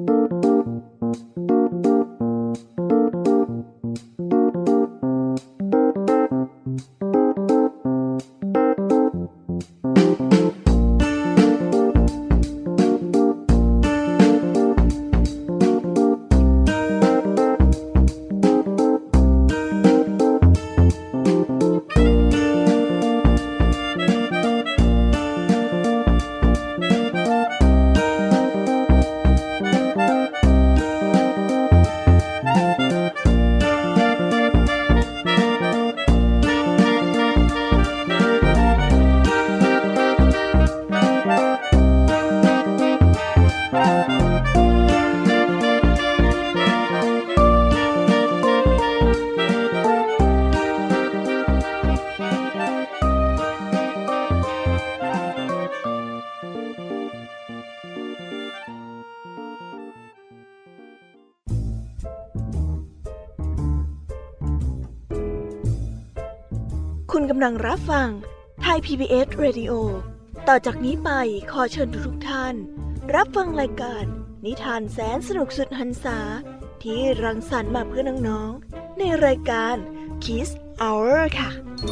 คุณกำลังรับฟังไทย PBS Radio ต่อจากนี้ไปขอเชิญทุกท่านรับฟังรายการนิทานแสนสนุกสุดหรรษาที่รังสรรค์มาเพื่อน้องๆในรายการ Kids Hour ค่ะ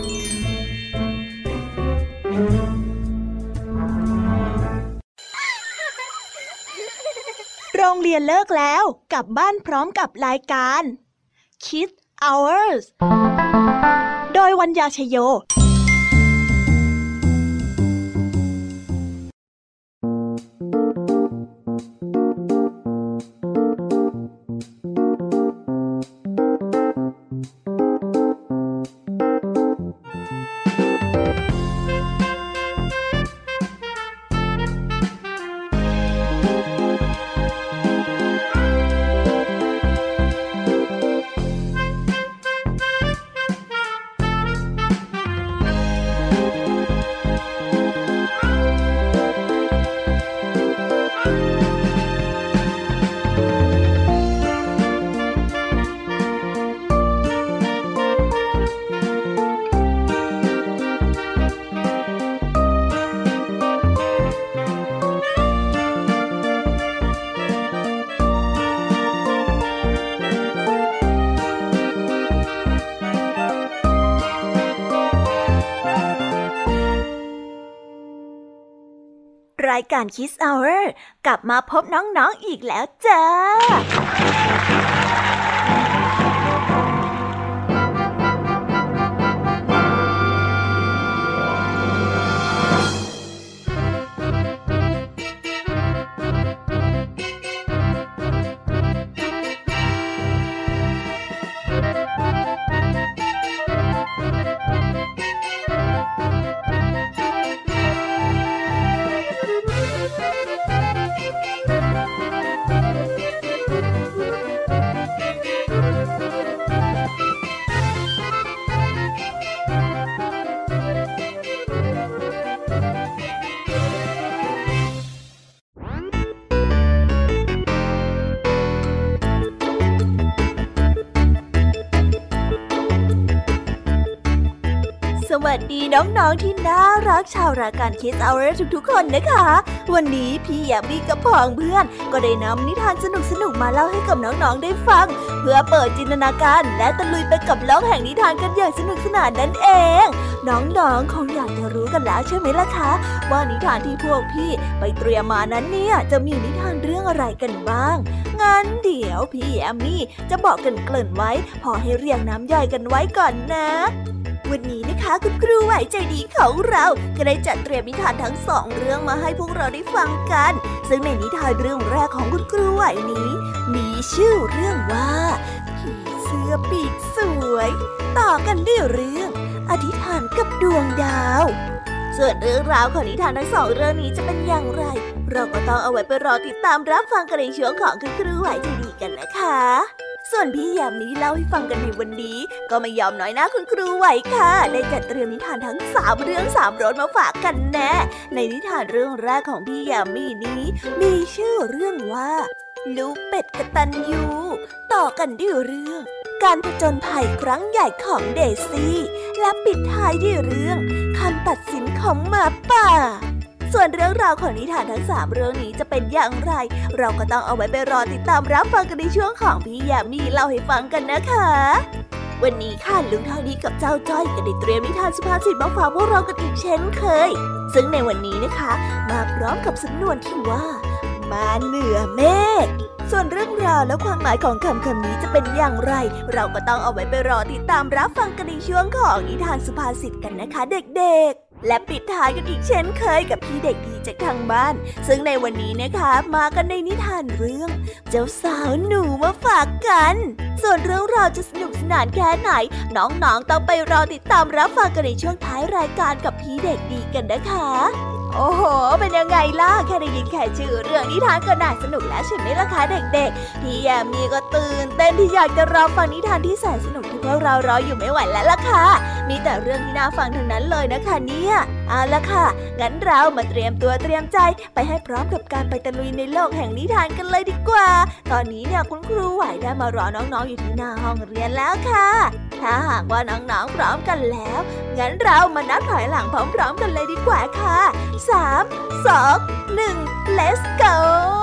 โรงเรียนเลิกแล้วกลับบ้านพร้อมกับรายการ Kids Hours โดยวัญญาชโยรายการ Kids Hour กลับมาพบน้องๆอีกแล้วจ้าสวัสดีน้องๆที่น่ารักชาวรายการ Kids Hour ทุกๆคนนะคะวันนี้พี่ยามีกับพ้องเพื่อนก็ได้นำนิทานสนุกๆมาเล่าให้กับน้องๆได้ฟังเพื่อเปิดจินตนาการและตะลุยไปกับโลกแห่งนิทานกันอย่างสนุกสนานนั่นเองน้องๆคงอยากจะรู้กันแล้วใช่ไหมล่ะคะว่านิทานที่พวกพี่ไปเตรียมมานั้นเนี่ยจะมีนิทานเรื่องอะไรกันบ้างงั้นเดี๋ยวพี่ยามีจะบอกเกริ่นไว้พอให้เรียงน้ำย่อยกันไว้ก่อนนะวันนี้นะคะคุณครูไหวใจดีของเราก็ได้จัดเตรียมนิทานทั้งสองเรื่องมาให้พวกเราได้ฟังกันซึ่งในนิทานเรื่องแรกของคุณครูไหวนี้มีชื่อเรื่องว่าผีเสื้อปีกสวยต่อกันด้วยเรื่องอธิษฐานกับดวงดาวส่วนเรื่องราวของนิทานทั้งสองเรื่องนี้จะเป็นอย่างไรเราก็ต้องเอาไว้ไปรอติดตามรับฟังกันในช่วงของคุณครูไหวใจดีกันนะคะส่วนพี่ยามนี้เล่าให้ฟังกันในวันนี้ก็ไม่ยอมน้อยหน้าคุณครูไหวค่ะได้จัดเตรียมนิทานทั้ง3เรื่อง3รสมาฝากกันแน่ในนิทานเรื่องแรกของพี่ยามีนี้มีชื่อเรื่องว่าลูกเป็ดกตัญญูต่อกันด้วยเรื่องการผจญภัยครั้งใหญ่ของเดซี่และปิดท้ายด้วยเรื่องคำตัดสินของหมาป่าส่วนเรื่องราวของนิทานทั้ง3เรื่องนี้จะเป็นอย่างไรเราก็ต้องเอาไว้ไปรอติดตามรับฟังกันในช่วงของพี่ยามีเล่าให้ฟังกันนะคะวันนี้ค่ะลุงทองดีกับเจ้าจ้อยก็ได้เตรียมนิทานสุภาษิตมาฝากพวกเรากันอีกเช่นเคยซึ่งในวันนี้นะคะมาพร้อมกับสำนวนที่ว่ามาเหนือเมฆส่วนเรื่องราวและความหมายของคำนี้จะเป็นอย่างไรเราก็ต้องเอาไว้ไปรอติดตามรับฟังกันในช่วงของนิทานสุภาษิตกันนะคะเด็กๆและปิดท้ายกันอีกเช่นเคยกับพี่เด็กดีจากทางบ้านซึ่งในวันนี้นะคะมากันในนิทานเรื่องเจ้าสาวหนูมาฝากกันส่วนเรื่องราวจะสนุกสนานแค่ไหนน้องๆต้องไปรอติดตามรับฟังกันในช่วงท้ายรายการกับพี่เด็กดีกันนะคะโอ้โหเป็นยังไงล่ะแค่ได้ยินแค่ชื่อเรื่องนิทานก็น่าสนุกแล้วใช่ไหมล่ะคะเด็กๆพี่แยมมี่ก็ตื่นเต้นที่อยากจะรอฟังนิทานที่แสนสนุกที่พวกเรารออยู่ไม่ไหวแล้วล่ะค่ะมีแต่เรื่องที่น่าฟังทั้งนั้นเลยนะคะเนี่ยเอาล่ะค่ะงั้นเรามาเตรียมตัวเตรียมใจไปให้พร้อมกับการไปตะลุยในโลกแห่งนิทานกันเลยดีกว่าตอนนี้เนี่ยคุณครูไหวได้มารอน้องๆอยู่ที่หน้าห้องเรียนแล้วค่ะถ้าหากว่าน้องๆพร้อมกันแล้วงั้นเรามานับถอยหลังพร้อมๆกันเลยดีกว่าค่ะ3 2 1 let's go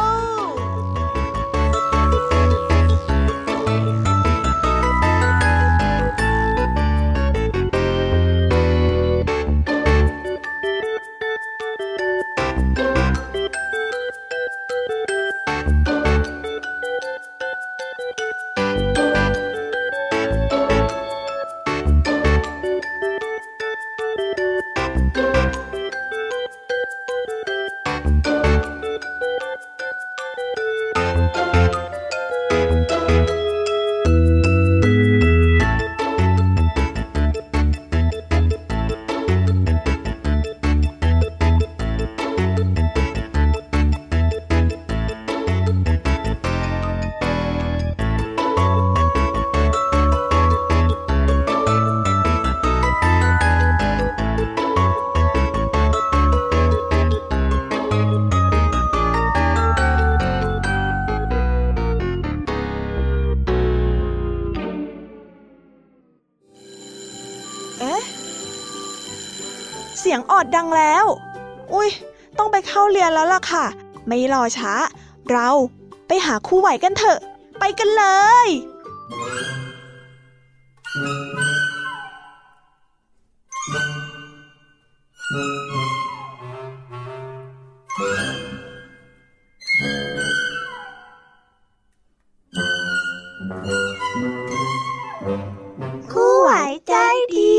เสียงออดดังแล้วอุ๊ยต้องไปเข้าเรียนแล้วล่ะค่ะไม่รอช้าเราไปหาครูไหวกันเถอะไปกันเลยครูไหวใจดี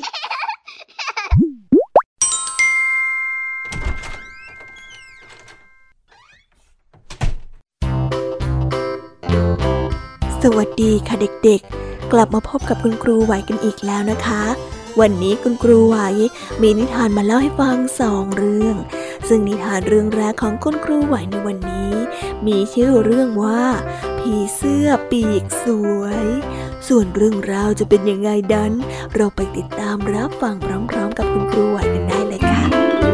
สวัสดีค่ะเด็กๆกลับมาพบกับคุณครูไหวกันอีกแล้วนะคะวันนี้คุณครูไหวมีนิทานมาเล่าให้ฟัง2เรื่องซึ่งนิทานเรื่องแรกของคุณครูไหวในวันนี้มีชื่อเรื่องว่าผีเสื้อปีกสวยส่วนเรื่องราวจะเป็นยังไงนั้นเราไปติดตามรับฟังพร้อมๆกับคุณครูไหวกันได้เลยค่ะ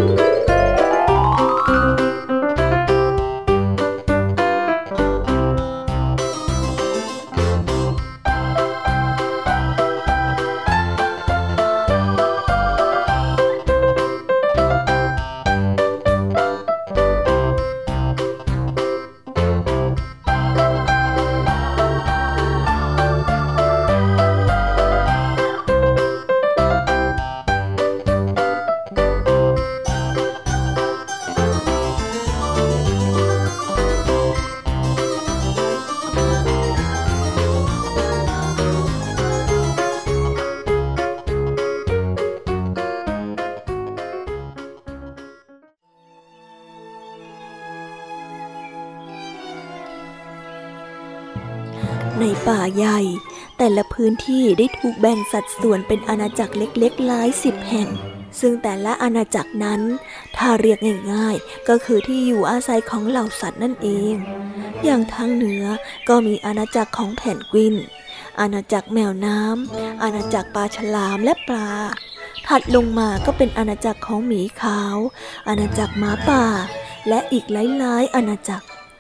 ในป่าใหญ่แต่ละพื้นที่ได้ถูกแบ่งสัดส่วนเป็นอาณาจักรเล็กๆหลาย10แห่งซึ่งแต่ละอาณาจักรนั้นถ้าเรียกง่ายๆก็คือที่อยู่อาศัยของเหล่าสัตว์นั่นเองอย่างทางเหนือก็มีอาณาจักรของแพนกวินอาณาจักรแมวน้ำอาณาจักรปลาฉลามและปลาถัดลงมาก็เป็นอาณาจักรของหมีขาวอาณาจักรหมาป่าและอีกหลายๆอาณาจักร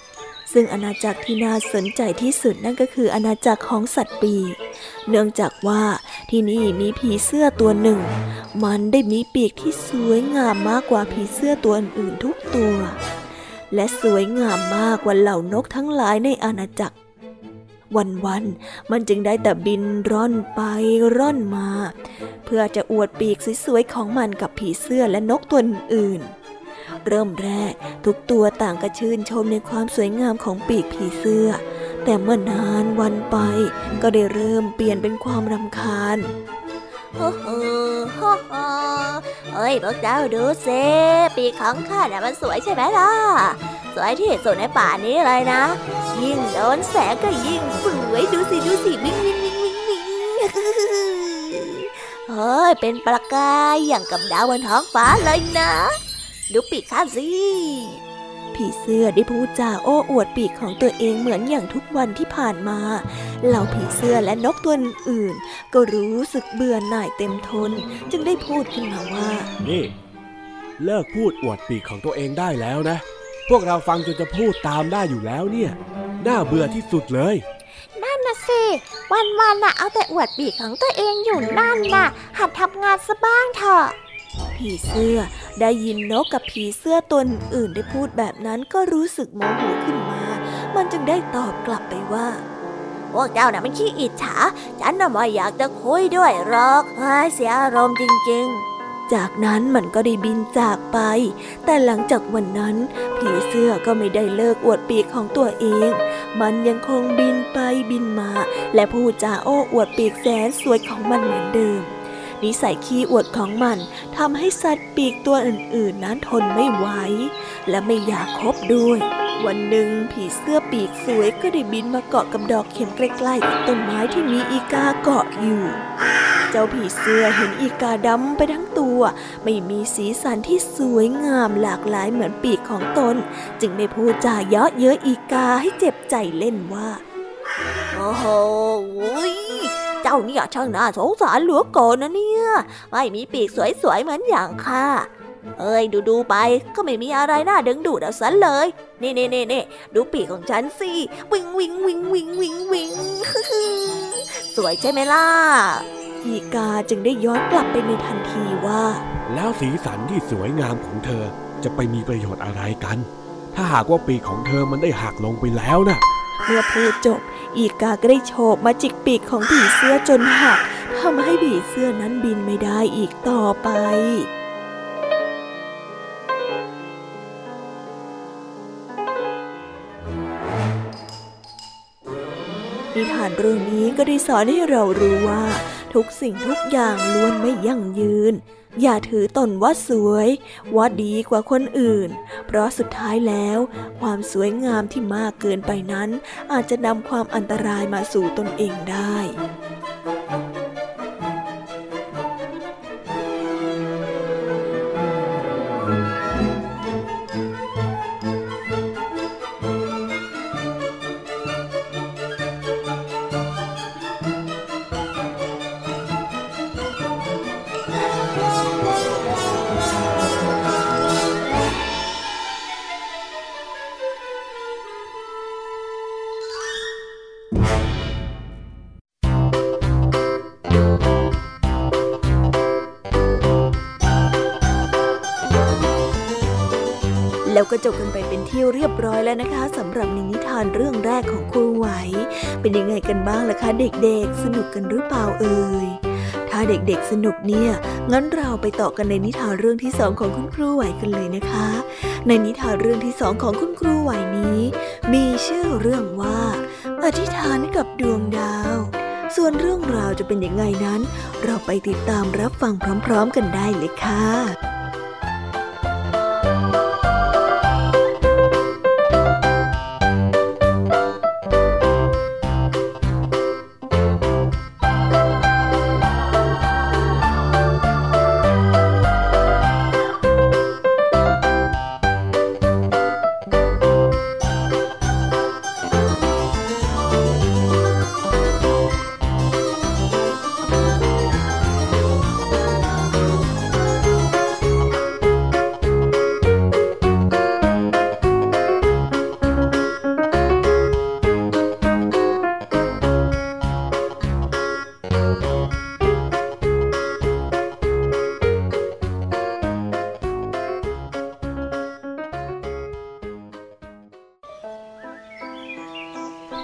ซึ่งอาณาจักรที่น่าสนใจที่สุดนั่นก็คืออาณาจักรของสัตว์ปีกเนื่องจากว่าที่นี่มีผีเสื้อตัวหนึ่งมันได้มีปีกที่สวยงามมากกว่าผีเสื้อตัวอื่นๆทุกตัวและสวยงามมากกว่าเหล่านกทั้งหลายในอาณาจักรวันๆมันจึงได้แต่บินร่อนไปร่อนมาเพื่อจะอวดปีกสวยๆของมันกับผีเสื้อและนกตัวอื่นเริ่มแรกทุกตัวต่างก็ชื่นชมในความสวยงามของปีกผีเสื้อแต่เมื่อนานวันไปก็ได้เริ่มเปลี่ยนเป็นความรำคาญเฮ้ยพวกเจ้าดูสิปีกของข้าน่ะมันสวยใช่ไหมล่ะสวยที่สุดในป่านี้เลยนะยิ่งโดนแสงก็ยิ่งสวยดูสิวิ่งเฮ้ยเป็นประกายอย่างกับดาวบนท้องฟ้าเลยนะดูปีกข้าสิผีเสื้อได้พูดจาโอ้อวดปีกของตัวเองเหมือนอย่างทุกวันที่ผ่านมาเหล่าผีเสื้อและนกตัวอื่นก็รู้สึกเบื่อหน่ายเต็มทนจึงได้พูดขึ้นมาว่านี่เลิกพูดอวดปีกของตัวเองได้แล้วนะพวกเราฟังจนจะพูดตามได้อยู่แล้วเนี่ยน่าเบื่อที่สุดเลยนั่นน่ะสิวันๆน่ะเอาแต่อวดปีกของตัวเองอยู่นั่นน่ะหัดทำงานซะบ้างเถอะผีเสื้อได้ยินนกกับผีเสื้อตัวอื่นได้พูดแบบนั้นก็รู้สึกโมโหขึ้นมามันจึงได้ตอบกลับไปว่าพวกเจ้าน่ะมันขี้อิจฉาฉันน่ะไม่อยากจะคุยด้วยหรอกเสียอารมณ์จริงๆจากนั้นมันก็ได้บินจากไปแต่หลังจากวันนั้นผีเสื้อก็ไม่ได้เลิกอวดปีกของตัวเองมันยังคงบินไปบินมาและพูดจาโอ้อวดปีกแสนสวยของมันเหมือนเดิมนิสัยขี้อวดของมันทำให้สัตว์ปีกตัวอื่นๆนั้นทนไม่ไหวและไม่อยากคบด้วยวันหนึ่งผีเสื้อปีกสวยก็ได้บินมาเกาะกับดอกเข็มใกล้ๆกับต้นไม้ที่มีอีกาเกาะอยู่เจ้าผีเสื้อเห็นอีกาดำไปทั้งตัวไม่มีสีสันที่สวยงามหลากหลายเหมือนปีกของตนจึงได้พูดจาเยาะเย้ยอีกาให้เจ็บใจเล่นว่าโอ้โหเจ้าเนี่ยช่างน่าสงสารเหลือเกินนะเนี่ยไม่มีปีกสวยๆเหมือนอย่างข้าดูไปก็ไม่มีอะไรน่าดึงดูดเอาซะเลยนี่ดูปีกของฉันสิวิงสวยใช่ไหมล่ะอีกาจึงได้ย้อนกลับไปในทันทีว่าแล้วสีสันที่สวยงามของเธอจะไปมีประโยชน์อะไรกันถ้าหากว่าปีกของเธอมันได้หักลงไปแล้วนะเมื่อพูดจบอีกาก็ได้โฉบมาจิกปีกของผีเสื้อจนหักทำให้ผีเสื้อนั้นบินไม่ได้อีกต่อไปนิทานเรื่องนี้ก็ได้สอนให้เรารู้ว่าทุกสิ่งทุกอย่างล้วนไม่ยั่งยืนอย่าถือตนว่าสวยว่าดีกว่าคนอื่นเพราะสุดท้ายแล้วความสวยงามที่มากเกินไปนั้นอาจจะนำความอันตรายมาสู่ตนเองได้แล้วก็จบกันไปเป็นที่เรียบร้อยแล้วนะคะสำหรับนิทานเรื่องแรกของครูไหวเป็นยังไงกันบ้างล่ะคะเด็กๆสนุกกันหรือเปล่าเอ่ยถ้าเด็กๆสนุกเนี่ยงั้นเราไปต่อกันในนิทานเรื่องที่สองของคุณครูไหวกันเลยนะคะในนิทานเรื่องที่สองของคุณครูไหวนี้มีชื่อเรื่องว่าอธิษฐานกับดวงดาวส่วนเรื่องราวจะเป็นยังไงนั้นเราไปติดตามรับฟังพร้อมๆกันได้เลยค่ะ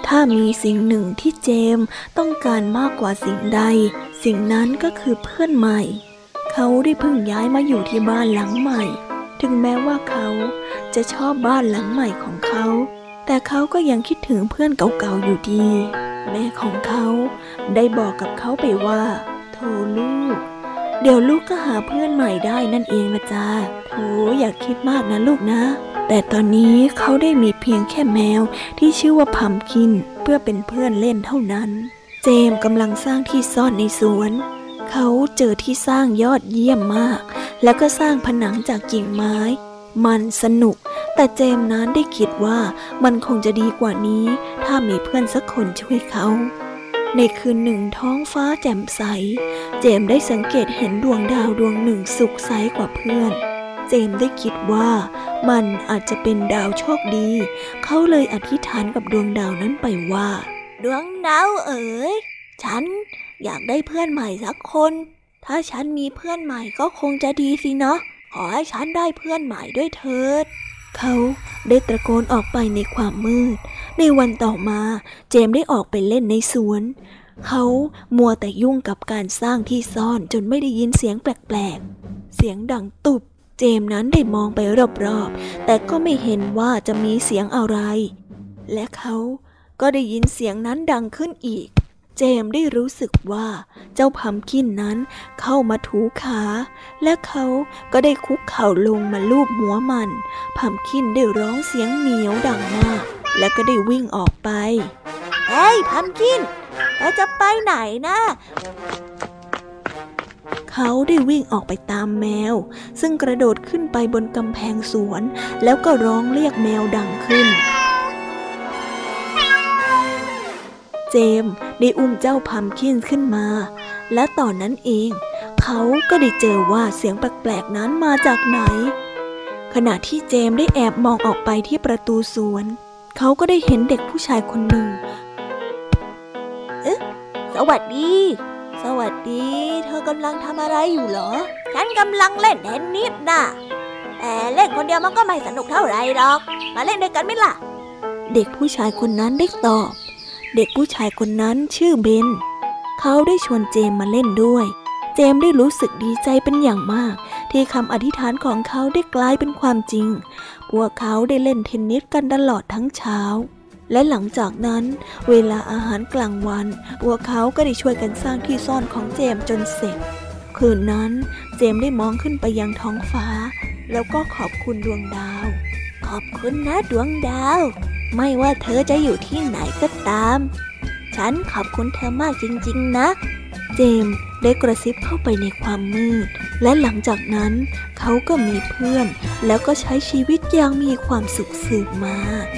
ถ้ามีสิ่งหนึ่งที่เจมส์ต้องการมากกว่าสิ่งใดสิ่งนั้นก็คือเพื่อนใหม่เขาได้เพิ่งย้ายมาอยู่ที่บ้านหลังใหม่ถึงแม้ว่าเขาจะชอบบ้านหลังใหม่ของเขาแต่เขาก็ยังคิดถึงเพื่อนเก่าๆอยู่ดีแม่ของเขาได้บอกกับเขาไปว่าโธ่ลูกเดี๋ยวลูกก็หาเพื่อนใหม่ได้นั่นเองนะจ๊ะโธ่อย่าคิดมากนะลูกนะแต่ตอนนี้เขาได้มีเพียงแค่แมวที่ชื่อว่าพัมคินเพื่อเป็นเพื่อนเล่นเท่านั้นเจมส์กำลังสร้างที่ซ่อนในสวนเขาเจอที่สร้างยอดเยี่ยมมากแล้วก็สร้างผนังจากกิ่งไม้มันสนุกแต่เจมส์นั้นได้คิดว่ามันคงจะดีกว่านี้ถ้ามีเพื่อนสักคนช่วยเขาในคืนหนึ่งท้องฟ้าแจ่มใสเจมส์ได้สังเกตเห็นดวงดาวดวงหนึ่งสุกใสกว่าเพื่อนเจมส์ได้คิดว่ามันอาจจะเป็นดาวโชคดีเขาเลยอธิษฐานกับดวงดาวนั้นไปว่าดวงดาวเอ๋ยฉันอยากได้เพื่อนใหม่สักคนถ้าฉันมีเพื่อนใหม่ก็คงจะดีสินะขอให้ฉันได้เพื่อนใหม่ด้วยเถิดเขาได้ตะโกนออกไปในความมืดในวันต่อมาเจมส์ได้ออกไปเล่นในสวนเขามัวแต่ยุ่งกับการสร้างที่ซ่อนจนไม่ได้ยินเสียงแปลกๆเสียงดังตุบเจมส์นั้นได้มองไปรอบๆแต่ก็ไม่เห็นว่าจะมีเสียงอะไรและเขาก็ได้ยินเสียงนั้นดังขึ้นอีกเจมส์ได้รู้สึกว่าเจ้าพัมคินนั้นเข้ามาถูขาและเขาก็ได้คุกเข่าลงมาลูบหัวมันพัมคินได้ร้องเสียงเหมียวดังมากและก็ได้วิ่งออกไปเฮ้ยพัมคินเราจะไปไหนนะเขาได้วิ่งออกไปตามแมวซึ่งกระโดดขึ้นไปบนกำแพงสวนแล้วก็ร้องเรียกแมวดังขึ้นเจมส์ได้อุ้มเจ้าพัมคินขึ้นมาและตอนนั้นเองเขาก็ได้เจอว่าเสียงแปลกๆนั้นมาจากไหนขณะที่เจมส์ได้แอบมองออกไปที่ประตูสวนเขาก็ได้เห็นเด็กผู้ชายคนหนึ่งสวัสดีเธอกำลังทำอะไรอยู่เหรอฉันกำลังเล่นเทนนิสน่ะแต่เล่นคนเดียวมันก็ไม่สนุกเท่าไหร่หรอกมาเล่นด้วยกันไหมล่ะเด็กผู้ชายคนนั้นได้ตอบเด็กผู้ชายคนนั้นชื่อเบนเขาได้ชวนเจมมาเล่นด้วยเจมได้รู้สึกดีใจเป็นอย่างมากที่คำอธิษฐานของเขาได้กลายเป็นความจริงพวกเขาได้เล่นเทนนิสกันตลอดทั้งเช้าและหลังจากนั้นเวลาอาหารกลางวันพวกเขาก็ได้ช่วยกันสร้างที่ซ่อนของเจมจนเสร็จคืนนั้นเจมได้มองขึ้นไปยังท้องฟ้าแล้วก็ขอบคุณดวงดาวขอบคุณนะดวงดาวไม่ว่าเธอจะอยู่ที่ไหนก็ตามฉันขอบคุณเธอมากจริงๆนะเจมส์ได้กระซิบเข้าไปในความมืดและหลังจากนั้นเขาก็มีเพื่อนแล้วก็ใช้ชีวิตอย่างมีความสุขสืบมา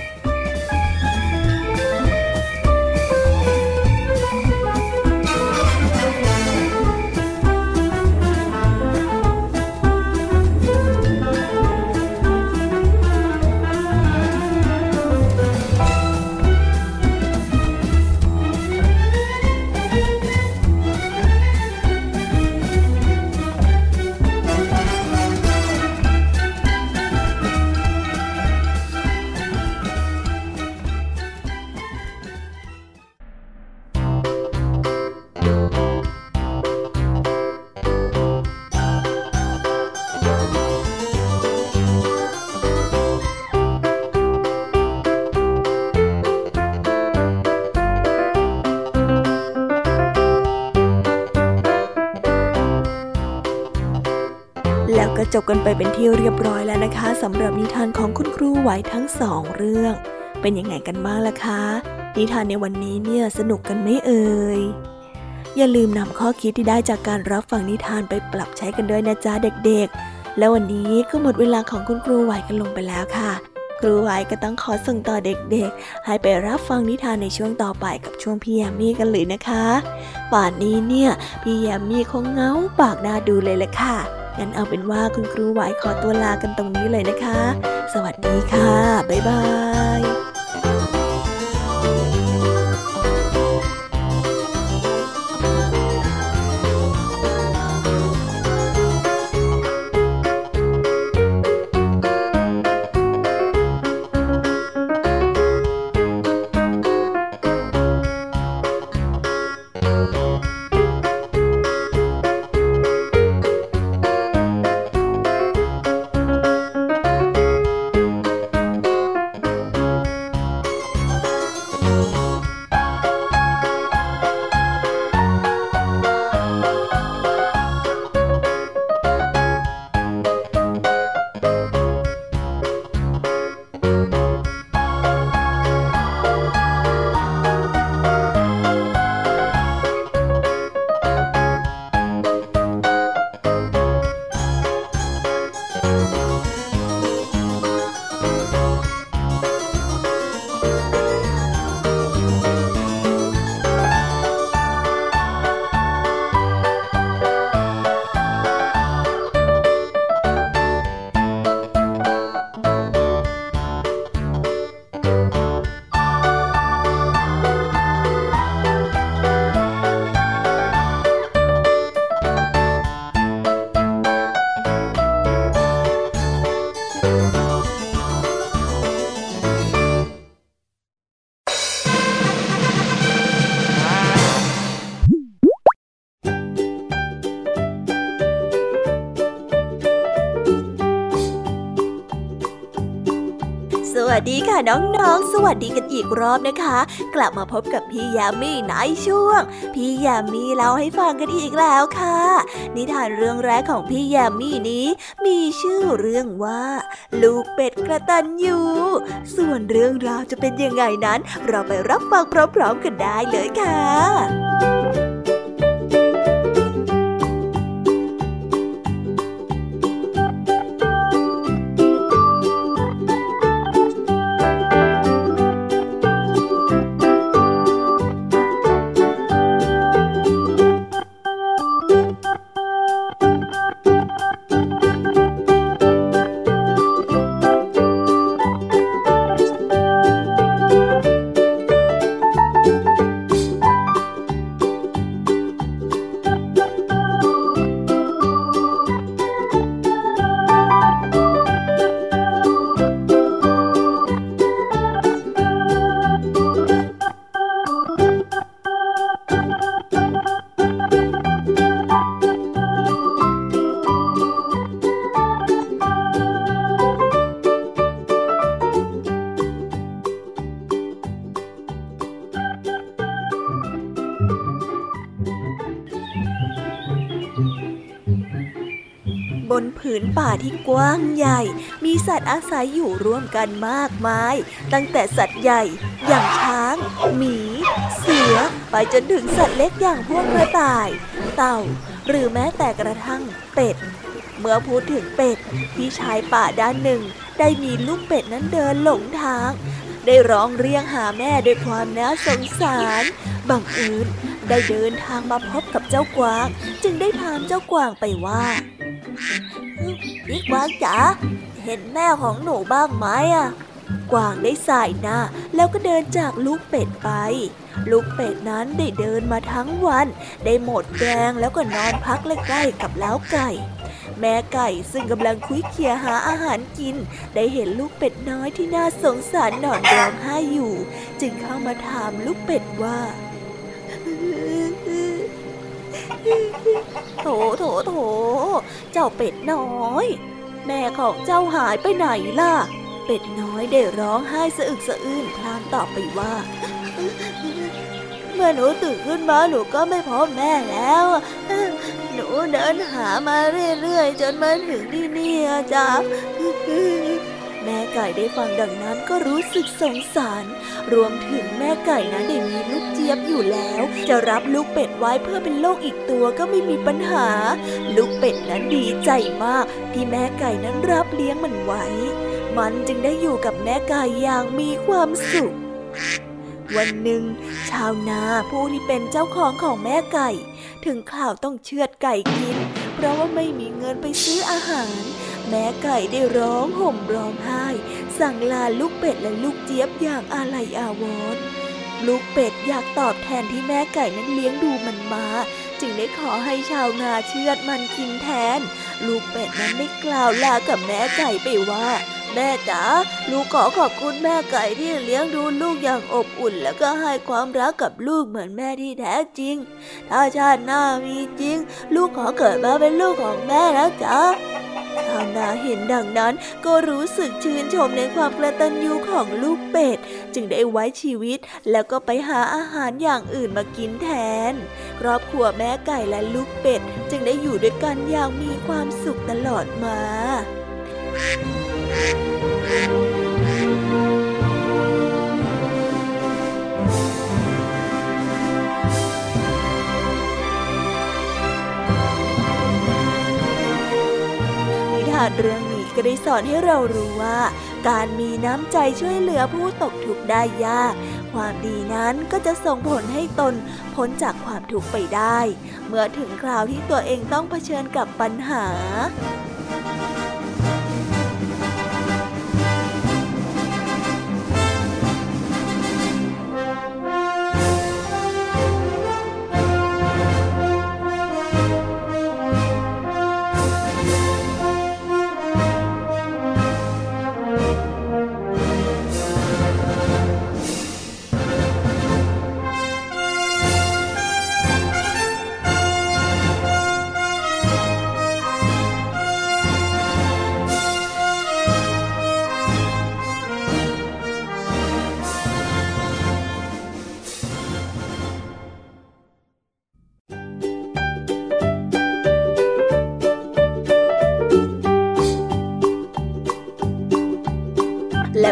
จบกันไปเป็นที่เรียบร้อยแล้วนะคะสำหรับนิทานของคุณครูไหวทั้ง2เรื่องเป็นยังไงกันบ้างล่ะคะนิทานในวันนี้เนี่ยสนุกกันไหมเอ่ยอย่าลืมนำข้อคิดที่ได้จากการรับฟังนิทานไปปรับใช้กันด้วยนะจ๊ะเด็กๆแล้ววันนี้ก็หมดเวลาของคุณครูไหวกันลงไปแล้วค่ะครูไหวก็ต้องขอส่งต่อเด็กๆให้ไปรับฟังนิทานในช่วงต่อไปกับช่วงพี่แยมมี่กันเลยนะคะป่านนี้เนี่ยพี่แยมมี่คงเหงาปากน่าดูเลยแหละค่ะงั้นเอาเป็นว่าคุณครูไหวขอตัวลากันตรงนี้เลยนะคะสวัสดีค่ะบ๊ายบายวัสดีค่ะน้องๆสวัสดีกันอีกรอบนะคะ กลับมาพบกับพี่ยามีในช่วงพี่ยามีเล่าให้ฟังกันอีกแล้วค่ะนิทานเรื่องแรกของพี่ยามีนี้มีชื่อเรื่องว่าลูกเป็ดกตัญญูส่วนเรื่องราวจะเป็นยังไงนั้นเราไปรับฟังพร้อมๆกันได้เลยค่ะบนผืนป่าที่กว้างใหญ่มีสัตว์อาศัยอยู่ร่วมกันมากมายตั้งแต่สัตว์ใหญ่อย่างช้างหมีเสือไปจนถึงสัตว์เล็กอย่างพวกกระต่ายเต่าหรือแม้แต่กระทั่งเป็ดเมื่อพูดถึงเป็ดพี่ชายป่าด้านหนึ่งได้มีลูกเป็ดนั้นเดินหลงทางได้ร้องเรียกหาแม่ด้วยความน่าสงสารบังเอิญได้เดินทางมาพบกับเจ้ากวางจึงได้ถามเจ้ากวางไปว่าพี่กวางจ๋าเห็นแม่ของหนูบ้างไหมกวางได้สายหน้าแล้วก็เดินจากลูกเป็ดไปลูกเป็ดนั้นได้เดินมาทั้งวันได้หมดแรงแล้วก็นอนพักใกล้ๆกับเล้าไก่แม่ไก่ซึ่งกำลังคุยเคียหาอาหารกินได้เห็นลูกเป็ดน้อยที่น่าสงสารนอนร้องไห้อยู่จึงเข้ามาถามลูกเป็ดว่าโถเจ้าเป็ดน้อยแม่ของเจ้าหายไปไหนล่ะเป็ดน้อยได้ร้องไห้สะอึกสะอื้นพลางตอบไปว่าเมื่อหนูตื่นขึ้นมาหนูก็ไม่พบแม่แล้วหนูเดินหามาเรื่อยๆจนมาถึงที่นี่จ้ะแม่ไก่ได้ฟังดังนั้นก็รู้สึกสงสารรวมถึงแม่ไก่นั้นได้มีลูกเจี๊ยบอยู่แล้วจะรับลูกเป็ดไว้เพื่อเป็นลูกอีกตัวก็ไม่มีปัญหาลูกเป็ดนั้นดีใจมากที่แม่ไก่นั้นรับเลี้ยงมันไว้มันจึงได้อยู่กับแม่ไก่อย่างมีความสุขวันหนึ่งชาวนาผู้ที่เป็นเจ้าของแม่ไก่ถึงข่าวต้องเชือดไก่กินเพราะว่าไม่มีเงินไปซื้ออาหารแม่ไก่ได้ร้องห่มร้องไห้สั่งลาลูกเป็ดและลูกเจี๊ยบอย่างอาลัยอาวรณ์ลูกเป็ดอยากตอบแทนที่แม่ไก่นั้นเลี้ยงดูมันมาจึงได้ขอให้ชาวนาเชือดมันกินแทนลูกเป็ดนั้นได้กล่าวลากับแม่ไก่ไปว่าแม่จ๋าลูกขอขอบคุณแม่ไก่ที่เลี้ยงดูลูกอย่างอบอุ่นแล้วก็ให้ความรักกับลูกเหมือนแม่ที่แท้จริงถ้าชาติหน้ามีจริงลูกขอเกิดมาเป็นลูกของแม่นะจ๊ะชาวนาเห็นดังนั้นก็รู้สึกชื่นชมในความกตัญญูของลูกเป็ดจึงได้ไว้ชีวิตแล้วก็ไปหาอาหารอย่างอื่นมากินแทนครอบครัวแม่ไก่และลูกเป็ดจึงได้อยู่ด้วยกันอย่างมีความสุขตลอดมานิทานเรื่องนี้ก็ได้สอนให้เรารู้ว่าการมีน้ำใจช่วยเหลือผู้ตกทุกข์ได้ยากความดีนั้นก็จะส่งผลให้ตนพ้นจากความทุกข์ไปได้เมื่อถึงคราวที่ตัวเองต้องเผชิญกับปัญหา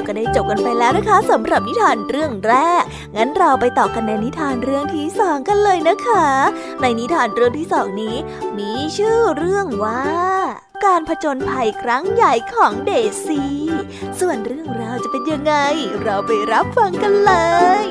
ก็ได้จบกันไปแล้วนะคะสำหรับนิทานเรื่องแรกงั้นเราไปต่อกันในนิทานเรื่องที่สองกันเลยนะคะในนิทานเรื่องที่สองนี้มีชื่อเรื่องว่าการผจญภัยครั้งใหญ่ของเดซี่ส่วนเรื่องราวจะเป็นยังไงเราไปรับฟังกันเลย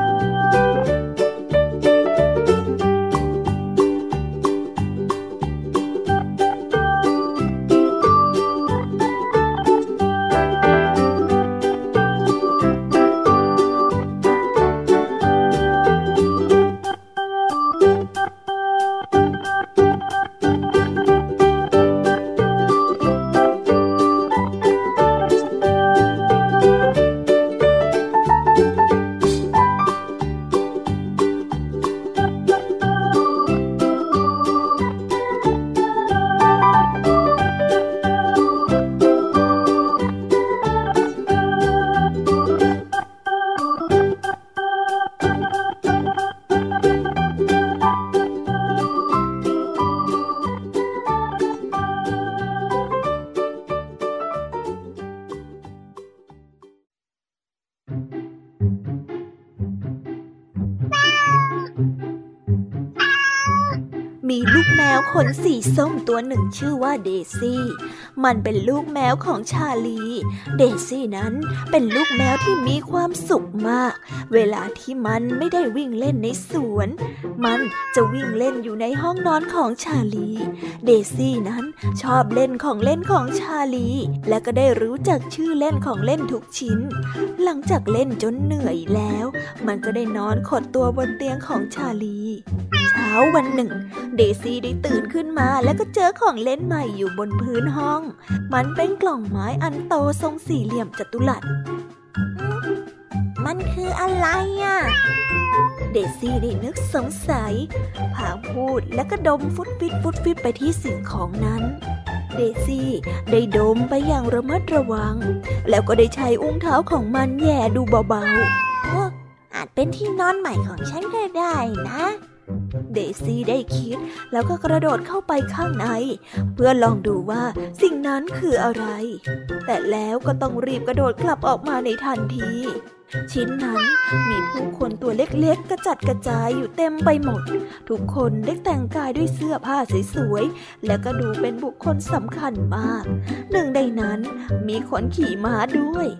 มีลูกแมวขนสีส้มตัวหนึ่งชื่อว่าเดซี่มันเป็นลูกแมวของชาลีเดซี่นั้นเป็นลูกแมวที่มีความสุขมากเวลาที่มันไม่ได้วิ่งเล่นในสวนมันจะวิ่งเล่นอยู่ในห้องนอนของชาลีเดซี่นั้นชอบเล่นของเล่นของชาลีและก็ได้รู้จักชื่อเล่นของเล่นทุกชิ้นหลังจากเล่นจนเหนื่อยแล้วมันก็ได้นอนขดตัวบนเตียงของชาลีเช้าวันหนึ่งเดซี่ได้ตื่นขึ้นมาแล้วก็เจอของเล่นใหม่อยู่บนพื้นห้องมันเป็นกล่องไม้อันโตทรงสี่เหลี่ยมจัตุรัสมันคืออะไรอ่ะเดซี่ได้นึกสงสัยพลางพูดแล้วก็ดมฟุดฟิดฟุดฟิดไปที่สิ่งของนั้นเดซี่ได้ดมไปอย่างระมัดระวังแล้วก็ได้ใช้อุ้งเท้าของมันแย่ดูเบาๆอาจเป็นที่นอนใหม่ของฉันก็ได้นะเดซี่ได้คิดแล้วก็กระโดดเข้าไปข้างในเพื่อลองดูว่าสิ่งนั้นคืออะไรแต่แล้วก็ต้องรีบกระโดดกลับออกมาในทันทีชิ้นนั้นมีผู้คนตัวเล็กๆกระจัดกระจายอยู่เต็มไปหมดทุกคนได้แต่งกายด้วยเสื้อผ้าสวยๆและก็ดูเป็นบุคคลสำคัญมากหนึ่งในนั้นมีคนขี่ม้าด้วย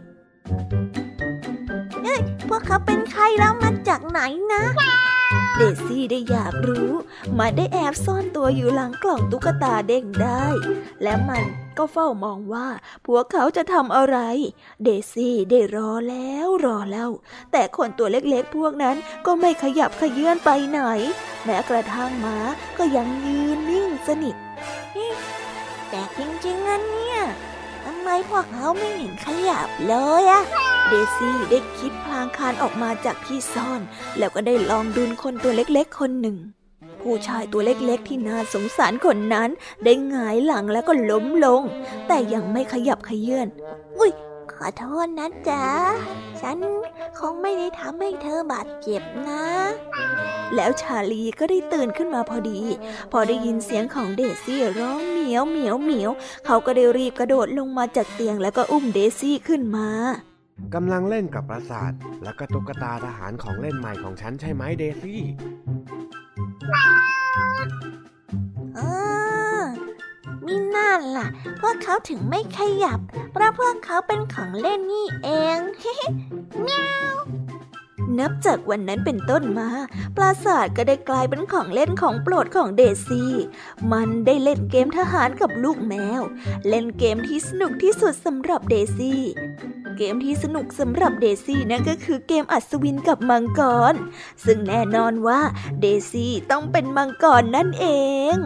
พวกเขาเป็นใครแล้วมาจากไหนนะเดซี่ได้อยากรู้มันได้แอบซ่อนตัวอยู่หลังกล่องตุ๊กตาเด้งได้และมันก็เฝ้ามองว่าพวกเขาจะทำอะไรเดซี่ได้รอแล้วรอเล่าแต่คนตัวเล็กๆพวกนั้นก็ไม่ขยับเขยื้อนไปไหนแม้กระทั่งม้าก็ยังยืนนิ่งสนิทแต่จริงๆนั่นเนี่ยทำไมพวกเขาไม่เห็นขยับเลยอะเดซี่ได้คิดพลางคลานออกมาจากที่ซ่อนแล้วก็ได้ลองดูคนตัวเล็กๆคนหนึ่งผู้ชายตัวเล็กๆที่น่าสงสารคนนั้นได้หงายหลังแล้วก็ล้มลงแต่ยังไม่ขยับเขยื้อนอุ๊ยขอโทษนะจ๊ะฉันคงไม่ได้ทำให้เธอบาดเจ็บนะแล้วชาลีก็ได้ตื่นขึ้นมาพอดีพอได้ยินเสียงของเดซี่ร้องเหมียวเหมียวเหมียวเขาก็ได้รีบกระโดดลงมาจากเตียงแล้วก็อุ้มเดซี่ขึ้นมากำลังเล่นกับปราสาทและก็ตุ๊กตาทหารของเล่นใหม่ของฉันใช่ไหมเดซี่มีนั่นล่ะพวกเขาถึงไม่ขยับเพราะพวกเขาเป็นของเล่นนี่เอง เมียวนับจากวันนั้นเป็นต้นมาปราสาทก็ได้กลายเป็นของเล่นของโปรดของเดซี่มันได้เล่นเกมทหารกับลูกแมวเล่นเกมที่สนุกที่สุดสำหรับเดซี่เกมที่สนุกสำหรับเดซี่นั่นก็คือเกมอัศวินกับมังกรซึ่งแน่นอนว่าเดซี่ต้องเป็นมังกรนั่นเอง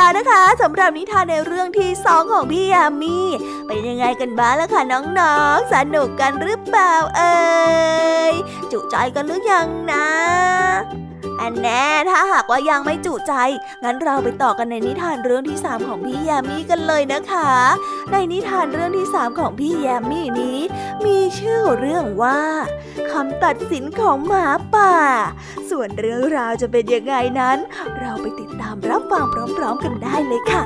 แล้วนะคะสำหรับนิทานในเรื่องที่2ของพี่ยามีเป็นยังไงกันบ้างล่ะคะน้องๆสนุกกันหรือเปล่าจุใจกันหรือยังนะอันแน่ถ้าหากว่ายังไม่จุใจงั้นเราไปต่อกันในนิทานเรื่องที่3ของพี่ยามีกันเลยนะคะในนิทานเรื่องที่3ของพี่ยามีนี้มีชื่อเรื่องว่าคำตัดสินของหมาป่าส่วนเรื่องราวจะเป็นยังไงนั้นเราไปติดตามรับฟังพร้อมๆกันได้เลยค่ะ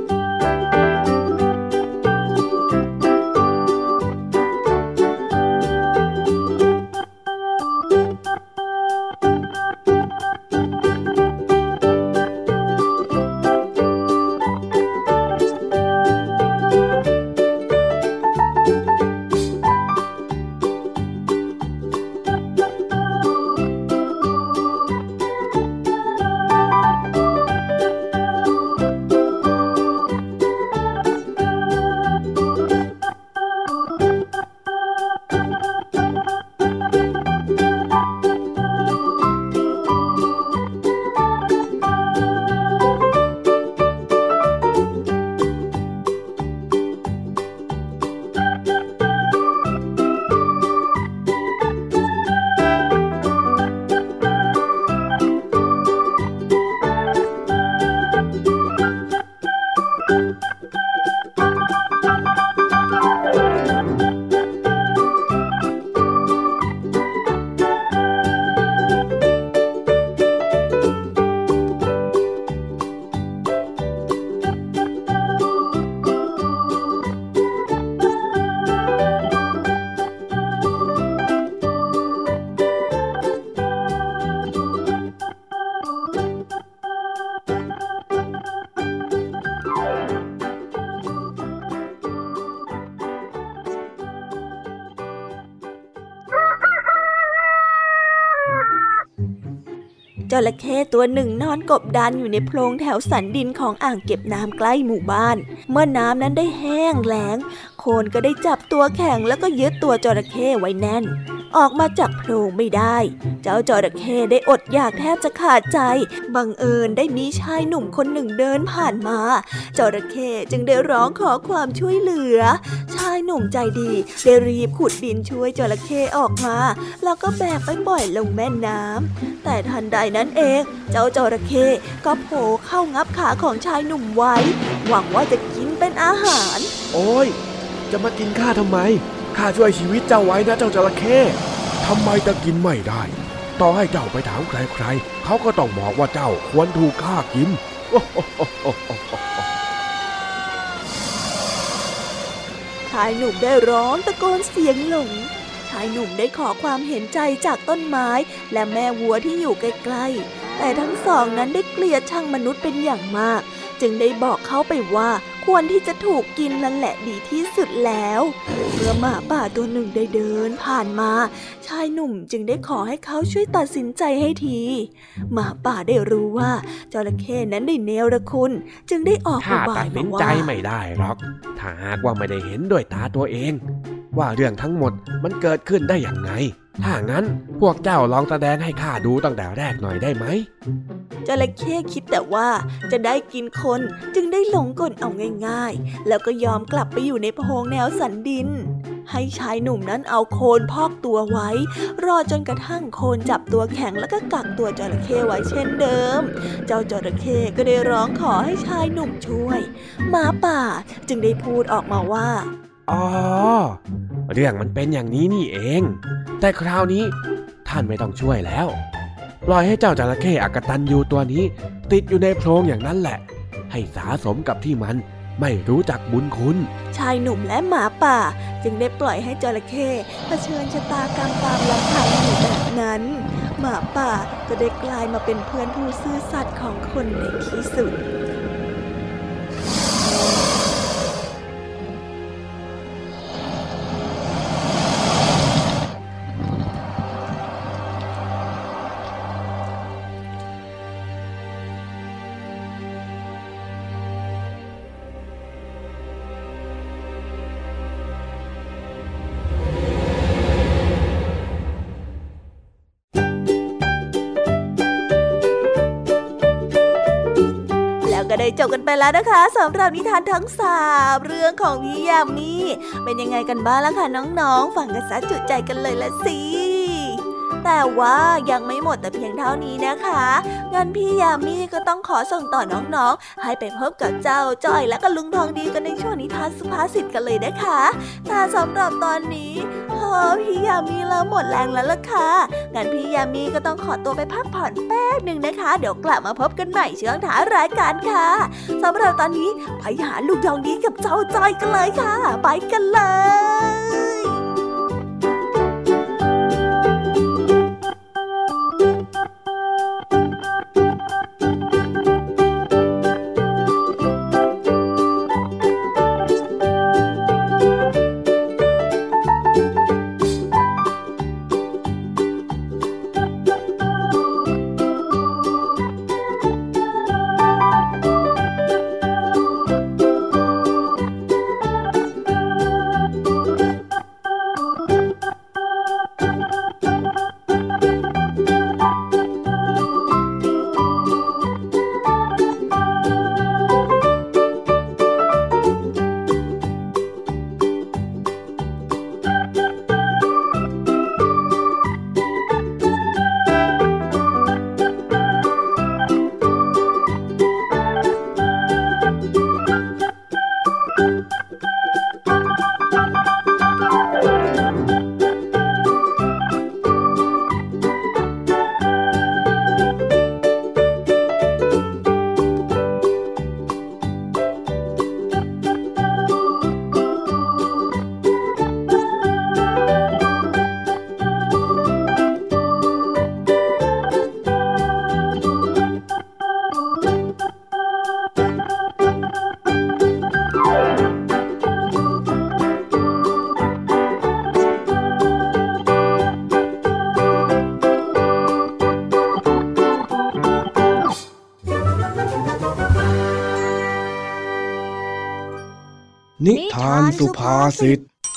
จระเข้ตัวหนึ่งนอนกบดานอยู่ในโพรงแถวสันดินของอ่างเก็บน้ำใกล้หมู่บ้านเมื่อน้ำนั้นได้แห้งแล้งโคลนก็ได้จับตัวแข็งแล้วก็ยึดตัวจระเข้ไว้แน่นออกมาจากโพรงไม่ได้เจ้าจระเข้ได้อดอยากแทบจะขาดใจบังเอิญได้มีชายหนุ่มคนหนึ่งเดินผ่านมาจระเข้จึงได้ร้องขอความช่วยเหลือชายหนุ่มใจดีได้รีบขุดดินช่วยจระเข้ออกมาแล้วก็แบกไปปล่อยลงแม่น้ำแต่ทันใดนั้นเองเจ้าจระเข้ก็โผล่เข้างับขาของชายหนุ่มไว้หวังว่าจะกินเป็นอาหารโอ้ยจะมากินข้าทำไมข้าช่วยชีวิตเจ้าไว้นะเจ้าจระเข้ทำไมจะกินไม่ได้ต่อให้เจ้าไปถามใครๆเขาก็ต้องบอกว่าเจ้าควรถูกข้ากินชายหนุ่มได้ร้องตะโกนเสียงหลงชายหนุ่มได้ขอความเห็นใจจากต้นไม้และแม่วัวที่อยู่ใกล้ๆแต่ทั้งสองนั้นได้เกลียดชังมนุษย์เป็นอย่างมากจึงได้บอกเขาไปว่าควรที่จะถูกกินนั่นแหละดีที่สุดแล้วเมื่อหมาป่าตัวหนึ่งได้เดินผ่านมาชายหนุ่มจึงได้ขอให้เขาช่วยตัดสินใจให้ทีหมาป่าได้รู้ว่าจระเข้นั้นได้เนรคุณจึงได้ออกอุบายมาว่าตัดสินใจไม่ได้หรอกถ้าหากว่าไม่ได้เห็นด้วยตาตัวเองว่าเรื่องทั้งหมดมันเกิดขึ้นได้อย่างไงถ้างั้นพวกเจ้าลองแสดงให้ข้าดูตั้งแต่แรกหน่อยได้ไหมจระเข้คิดแต่ว่าจะได้กินคนจึงได้หลงกลเอาง่ายๆแล้วก็ยอมกลับไปอยู่ในโพรงแนวสันดินให้ชายหนุ่มนั้นเอาโคลนพอกตัวไว้รอจนกระทั่งโคลนจับตัวแข็งแล้วก็กักตัวจระเข้ไว้เช่นเดิมเจ้าจระเข้ก็ได้ร้องขอให้ชายหนุ่มช่วยหมาป่าจึงได้พูดออกมาว่าอ๋อเรื่องมันเป็นอย่างนี้นี่เองแต่คราวนี้ท่านไม่ต้องช่วยแล้วปล่อยให้เจ้าจระเข้อกตัญญูตัวนี้ติดอยู่ในโพรงอย่างนั้นแหละให้สาสมกับที่มันไม่รู้จักบุญคุณชายหนุ่มและหมาป่าจึงได้ปล่อยให้จระเข้เผชิญชะตากรรมตามลำพังอยู่แบบนั้นหมาป่าจะได้กลายมาเป็นเพื่อนผู้ซื่อสัตย์ของคนในที่สุดกก็ได้จบกันไปแล้วนะคะสำหรับนิทานทั้ง3เรื่องของพี่ยามีเป็นยังไงกันบ้างล่ะคะน้องๆฟังกันซะจุใจกันเลยละสิแต่ว่ายังไม่หมดแต่เพียงเท่านี้นะคะงั้นพี่ยามีก็ต้องขอส่งต่อน้องๆให้ไปพบกับเจ้าจ้อยและก็ลุงทองดีกันในช่วงนิทานสุภาษิตกันเลยนะคะแต่สำหรับตอนนี้พี่ยามีเริ่มหมดแรงแล้วล่ะค่ะงั้นพี่ยามีก็ต้องขอตัวไปพักผ่อนแป๊บหนึ่งนะคะเดี๋ยวกลับมาพบกันใหม่ช่วงท้ายรายการค่ะสำหรับตอนนี้ไปหาลุงทองดีกับเจ้าจ้อยกันเลยค่ะไปกันเลยนิทานสุภาษิต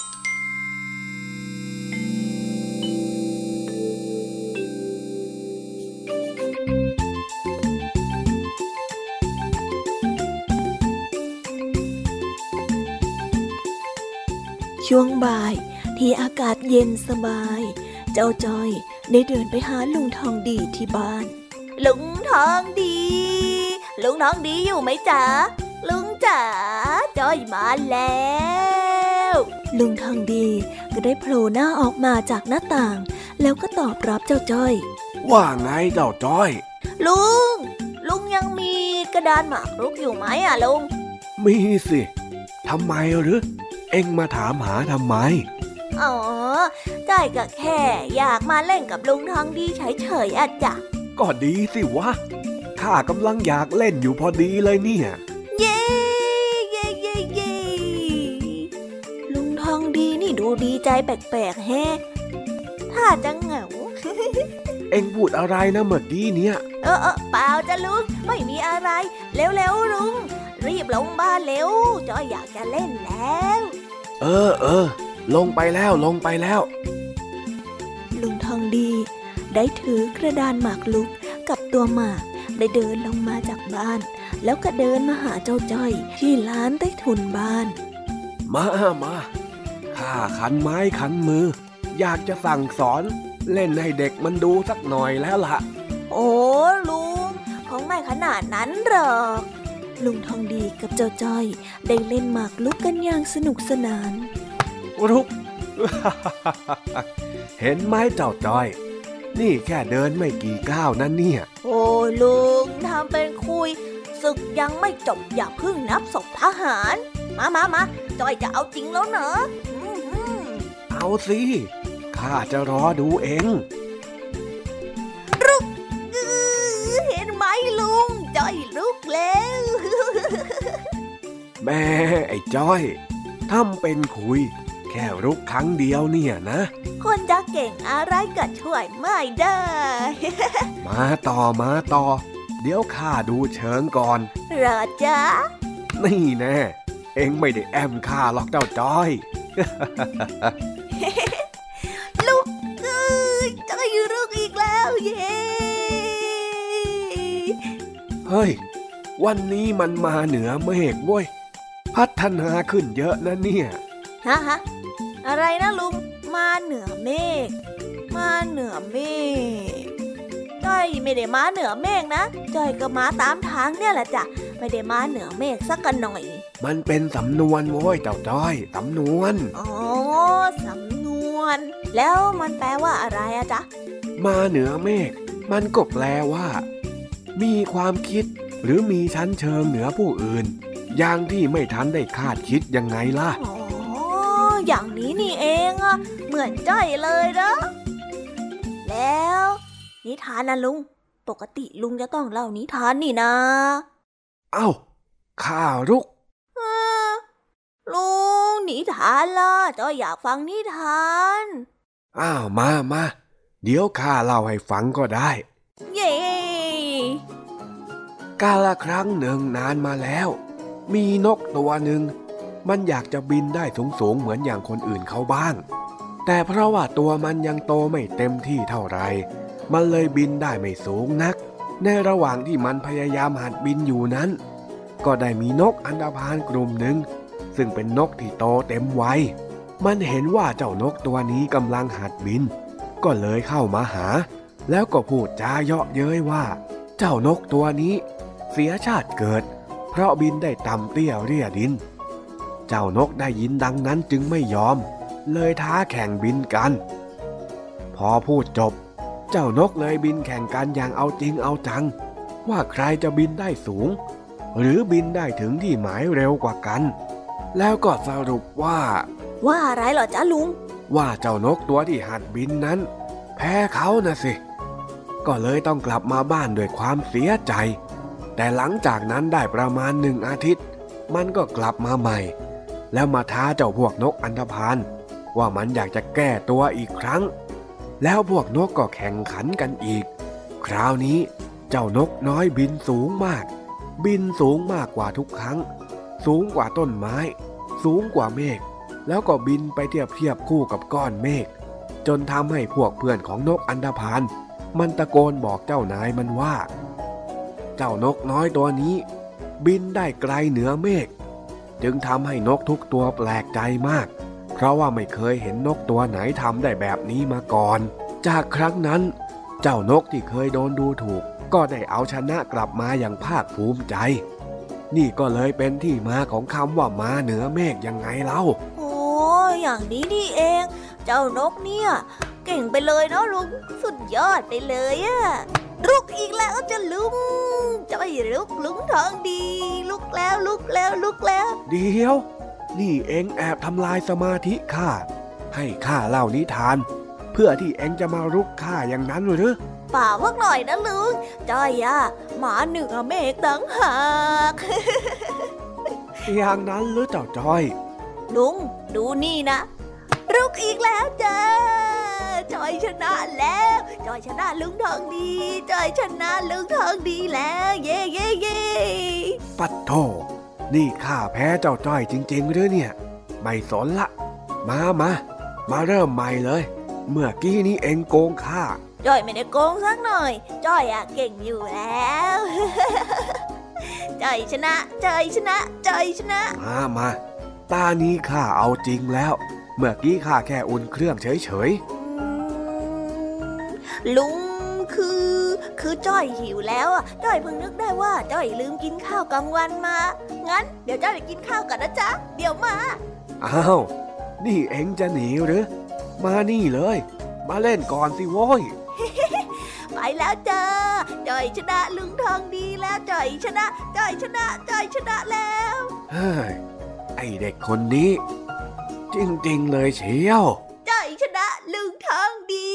ช่วงบ่ายที่อากาศเย็นสบายเจ้าจ้อยได้เดินไปหาลุงทองดีที่บ้านลุงทองดีลุงทองดีอยู่ไหมจ๊ะลุงจ๋าจ้อยมาแล้วลุงทองดีก็ได้โผล่หน้าออกมาจากหน้าต่างแล้วก็ตอบรับเจ้าจ้อยว่าไงเจ้าจ้อยลุงยังมีกระดานหมากรุกอยู่ไหมอะลุงมีสิทำไมหรือเอ็งมาถามหาทำไมอ๋อจ้อยก็แค่อยากมาเล่นกับลุงทองดีเฉยๆอะจ้ะก็ดีสิวะข้ากำลังอยากเล่นอยู่พอดีเลยเนี่ยเย้ลุงทองดีนี่ดูดีใจแปลกๆแฮะถ้าจะเหงาเอ็งพูดอะไรนะเมื่อกี้เนี่ยเปล่าจ้ะลุงไม่มีอะไรเร็วๆลุงรีบลงบ้านเร็วจ้อยอยากจะเล่นแล้วลงไปแล้วลุงทองดีได้ถือกระดานหมากรุกกับตัวหมากได้เดินลงมาจากบ้านแล้วก็เดินมาหาเจ้าจ้อยที่ร้านใต้ถุนบ้านมาข้าขันไม้ขันมืออยากจะสั่งสอนเล่นให้เด็กมันดูสักหน่อยแล้วล่ะโอ้ลุงคงไม่ขนาดนั้นหรอกลุงทองดีกับเจ้าจ้อยได้เล่นหมากรุกกันอย่างสนุกสนานรุก เห็นไหมเจ้าจ้อยนี่แค่เดินไม่กี่ก้าวนั่นเนี่ยโอ้ลุงทำเป็นคุยศึกยังไม่จบอย่าเพิ่งนับศพทหารมาจ้อยจะเอาจริงแล้วเนอะเอาสิข้าจะรอดูเองรุกเห็นไหมลุงจ้อยลุกแล้วแม่ไอ้จ้อยทำเป็นคุยแค่รุกครั้งเดียวเนี่ยนะคนจะเก่งอะไรก็ช่วยไม่ได้มาต่อเดี๋ยวข้าดูเชิงก่อนเหรอจ๊ะนี่แน่เอ็งไม่ได้แอมข้าหรอกเจ้าจ้อยลูกจ้อยลุกอีกแล้วเย้เฮ้ยวันนี้มันมาเหนือเมฆเว้ยพัฒนาขึ้นเยอะนะเนี่ยฮะอะไรนะลุงมาเหนือเมฆมาเหนือเมฆจ้อยไม่ได้มาเหนือเมฆนะจ้อยก็มาตามทางเนี่ยแหละจ้ะไม่ได้มาเหนือเมฆสักกันหน่อยมันเป็นสำนวนโว้ยเจ้าจ้อยสำนวนอ๋อสำนวนแล้วมันแปลว่าอะไรอะจ๊ะมาเหนือเมฆมันก็แปลว่ามีความคิดหรือมีชั้นเชิงเหนือผู้อื่นอย่างที่ไม่ทันได้คาดคิดยังไงล่ะอ๋ออย่างนี้นี่เองอะเหมือนจ้อยเลยนะแล้วนิทานนะลุงปกติลุงจะต้องเล่านิทานนี่นะเอ้าข้าลุกลุงนิทานล่ะจ้อยอยากฟังนิทานอ้าวมาเดี๋ยวข้าเล่าให้ฟังก็ได้เย้กาลครั้งหนึ่งนานมาแล้วมีนกตัวหนึ่งมันอยากจะบินได้สูงเหมือนอย่างคนอื่นเขาบ้างแต่เพราะว่าตัวมันยังโตไม่เต็มที่เท่าไรมันเลยบินได้ไม่สูงนักในระหว่างที่มันพยายามหัดบินอยู่นั้นก็ได้มีนกอันดพาลกลุ่มหนึ่งซึ่งเป็นนกที่โตเต็มวัยมันเห็นว่าเจ้านกตัวนี้กำลังหัดบินก็เลยเข้ามาหาแล้วก็พูดจาเยาะเย้ยว่าเจ้านกตัวนี้เสียชาติเกิดเพราะบินได้ต่ำเตี้ยเรี่ยดินเจ้านกได้ยินดังนั้นจึงไม่ยอมเลยท้าแข่งบินกันพอพูดจบเจ้านกเลยบินแข่งกันอย่างเอาจริงเอาจังว่าใครจะบินได้สูงหรือบินได้ถึงที่หมายเร็วกว่ากันแล้วก็สรุปว่าอะไรเหรอจ๊ะลุงว่าเจ้านกตัวที่หัดบินนั้นแพ้เขานะสิก็เลยต้องกลับมาบ้านด้วยความเสียใจแต่หลังจากนั้นได้ประมาณ1 อาทิตย์มันก็กลับมาใหม่แล้วมาท้าเจ้าพวกนกอันธพาลว่ามันอยากจะแก้ตัวอีกครั้งแล้วพวกนกก็แข่งขันกันอีกคราวนี้เจ้านกน้อยบินสูงมากบินสูงมากกว่าทุกครั้งสูงกว่าต้นไม้สูงกว่าเมฆแล้วก็บินไปเทียบคู่กับก้อนเมฆจนทำให้พวกเพื่อนของนกอันธพาลมันตะโกนบอกเจ้านายมันว่าเจ้านกน้อยตัวนี้บินได้ไกลเหนือเมฆจึงทำให้นกทุกตัวแปลกใจมากเพราะว่าไม่เคยเห็นนกตัวไหนทำได้แบบนี้มาก่อนจากครั้งนั้นเจ้านกที่เคยโดนดูถูกก็ได้เอาชนะกลับมาอย่างภาคภูมิใจนี่ก็เลยเป็นที่มาของคำว่ามาเหนือเมฆยังไงเล่าโอ้อย่างนี้นี่เองเจ้านกเนี่ยเก่งไปเลยเนาะลุงสุดยอดไปเลยอะลุกอีกแล้วจะลุงจ้อยลุงทองดีลุกแล้วเดี๋ยวนี่เอ็งแอบทำลายสมาธิข้าให้ข้าเล่านิทานเพื่อที่เอ็งจะมารุกข้าอย่างนั้นหรือเปล่าพักหน่อยนะลุงจ้อยอะหมาเหนือเมฆต่างหากอย่างนั้นหรือเจ้าจ้อยลุงดูนี่นะรุกอีกแล้วจ้าจ้อยชนะแล้วจ้อยชนะลุงทองดีจ้อยชนะลุงทองดีแล้วเย่เย่เย่ปัดโธ่นี่ข้าแพ้เจ้าจ้อยจริงๆหรือเนี่ยไม่สนละมาเริ่มใหม่เลยเมื่อกี้นี้เอ็งโกงข้าจ้อยไม่ได้โกงสักหน่อยจ้อยอะเก่งอยู่แล้วจ้อยชนะมาตานี้ข้าเอาจริงแล้วเมื่อกี้ข้าแค่อุ่นเครื่องเฉยลุงคือจ้อยหิวแล้วอ่ะจ้อยเพิ่งนึกได้ว่าจ้อยลืมกินข้าวกลางวันมางั้นเดี๋ยวจ้อยไปกินข้าวกันนะจ๊ะเดี๋ยวมาอ้าวนี่เอ็งจะหนีหรือมานี่เลยมาเล่นก่อนสิโว้ยไปแล้วจ้าจ้อยชนะลุงทองดีแล้วจ้อยชนะแล้วเฮ้ยไอเด็กคนนี้จริงๆเลยเชียวจ้อยชนะลุงทองดี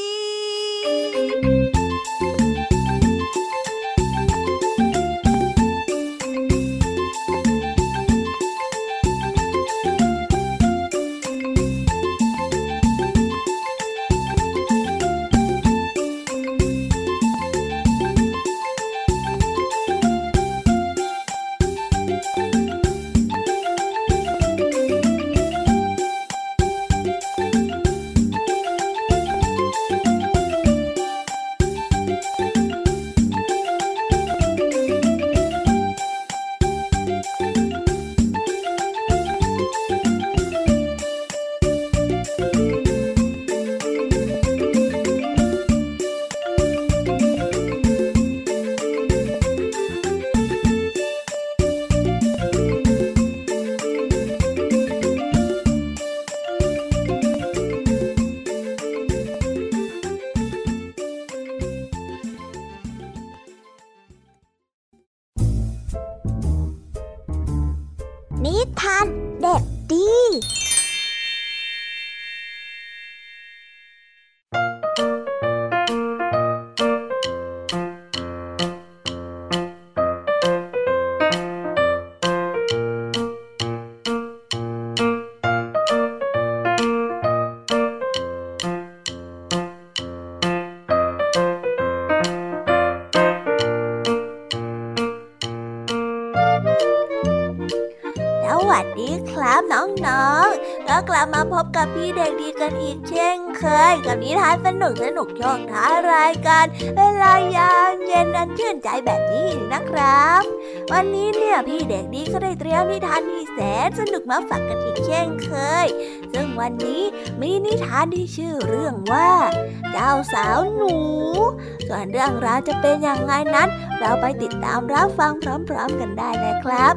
น้องๆก็กลับมาพบกับพี่เด็กดีกันอีกเช่นเคยกับนิทานสนุกช่วงท้ายรายการเวลายามเย็นอันชื่นใจแบบนี้นะครับวันนี้เนี่ยพี่เด็กดีก็ได้เตรียมนิทานที่แสนสนุกมาฝากกันอีกเช่นเคยซึ่งวันนี้มีนิทานที่ชื่อเรื่องว่าเจ้าสาวหนูส่วนเรื่องราวจะเป็นอย่างไรนั้นเราไปติดตามรับฟังพร้อมๆกันได้เลยครับ